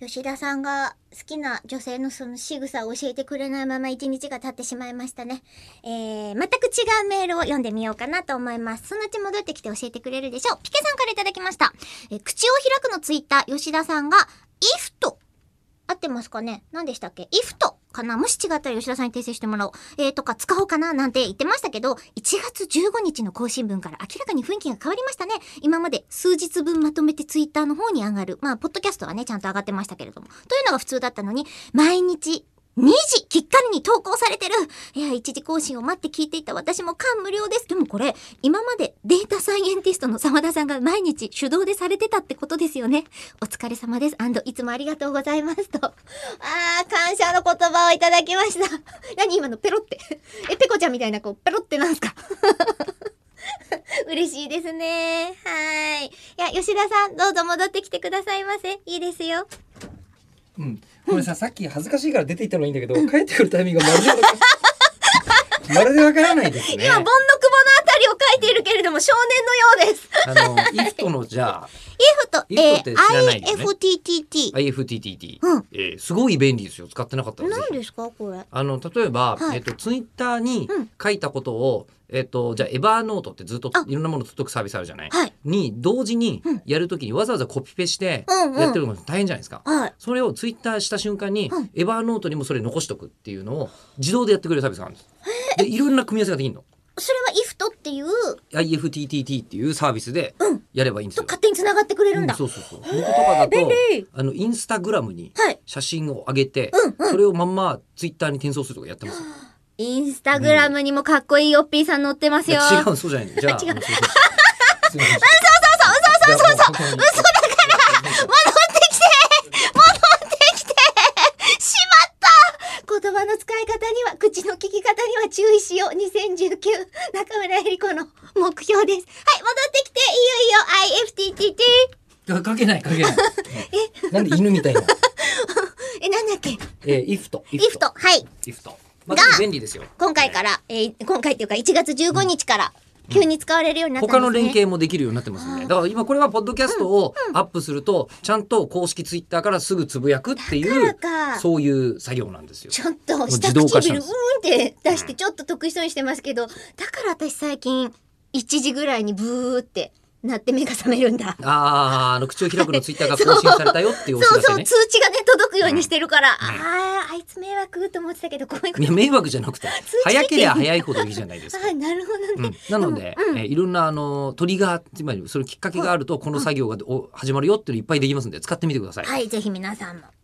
吉田さんが好きな女性のその仕草を教えてくれないまま一日が経ってしまいましたね。全く違うメールを読んでみようかなと思います。そのうち戻ってきて教えてくれるでしょう。ピケさんからいただきました。口を開くのツイッター、吉田さんが、if と、合ってますかね？何でしたっけ？ if とかな？もし違ったら吉田さんに訂正してもらおう。とか使おうかななんて言ってましたけど、1月15日の更新分から明らかに雰囲気が変わりましたね。今まで数日分まとめてツイッターの方に上がる。まあ、ポッドキャストはね、ちゃんと上がってましたけれども。というのが普通だったのに、毎日、2時きっかりに投稿されてる。いや、一時更新を待って聞いていた私も感無量です。でもこれ、今までデータサイエンティストの澤田さんが毎日手動でされてたってことですよね。お疲れ様です。いつもありがとうございますと。感謝の言葉をいただきました。何今のペロって。ペコちゃんみたいなペロってなんすか嬉しいですね。はい。いや、吉田さん、どうぞ戻ってきてくださいませ。いいですよ。 これさ、さっき恥ずかしいから出ていったのはいいんだけど、帰ってくるタイミングがまるでわからないですね。 今、ボンの久保のあたりを書いているけれども、少年のようです。 イフトのじゃあ、 イフト、 イフトって知らないよね。 IFTTT。 IFTTT。すごい便利ですよ。使ってなかったらぜひ。 何ですかこれ。 例えば、ツイッターに書いたことを、じゃあエバーノートってずっといろんなものを取っとくサービスあるじゃない、に同時にやるときにわざわざコピペしてやってるのが大変じゃないですか、それをツイッターした瞬間に、エバーノートにもそれ残しとくっていうのを自動でやってくれるサービスがあるんです。でいろんな組み合わせができるの。 それは IFT っていう IFTTT っていうサービスでやればいいんですよ、 勝手に繋がってくれるんだ、 そう僕とかだとインスタグラムに写真を上げて、それをまんまツイッターに転送するとかやってますよ。 インスタグラムにもかっこいいヨッピーさん載ってますよ。 違う、そうじゃないの。じゃあ、 違う。嘘だから戻ってきてしまった言葉の使い方には、口の聞き方には注意しよう。2019中村えり子の目標です。はい、戻ってきていいよいいよ IFTTT。 かけないなんで犬みたいななんだっけ IFT はい IFT、便利ですよ。 今回から、今回っていうか1月15日から急に使われるようになったんですね。 他の連携もできるようになってますね。だから今これはポッドキャストをアップすると、ちゃんと公式ツイッターからすぐつぶやくっていうそういう作業なんですよ。 ちょっと下唇って出してちょっと得意そうにしてますけど、だから私最近1時ぐらいにブーってなって目が覚めるんだ。 口を開くのツイッターが更新されたよっていうお知らせね。 通知がね届くようにしてるから、あいつ迷惑と思ってたけど、こういうこと。 いや迷惑じゃなくて早ければ早いほどいいじゃないですか。 なるほどね。 なので、いろんなトリガー、つまりそのきっかけがあるとこの作業が始まるよっていうのいっぱいできますんで使ってみてください。 はい、ぜひ皆さんも。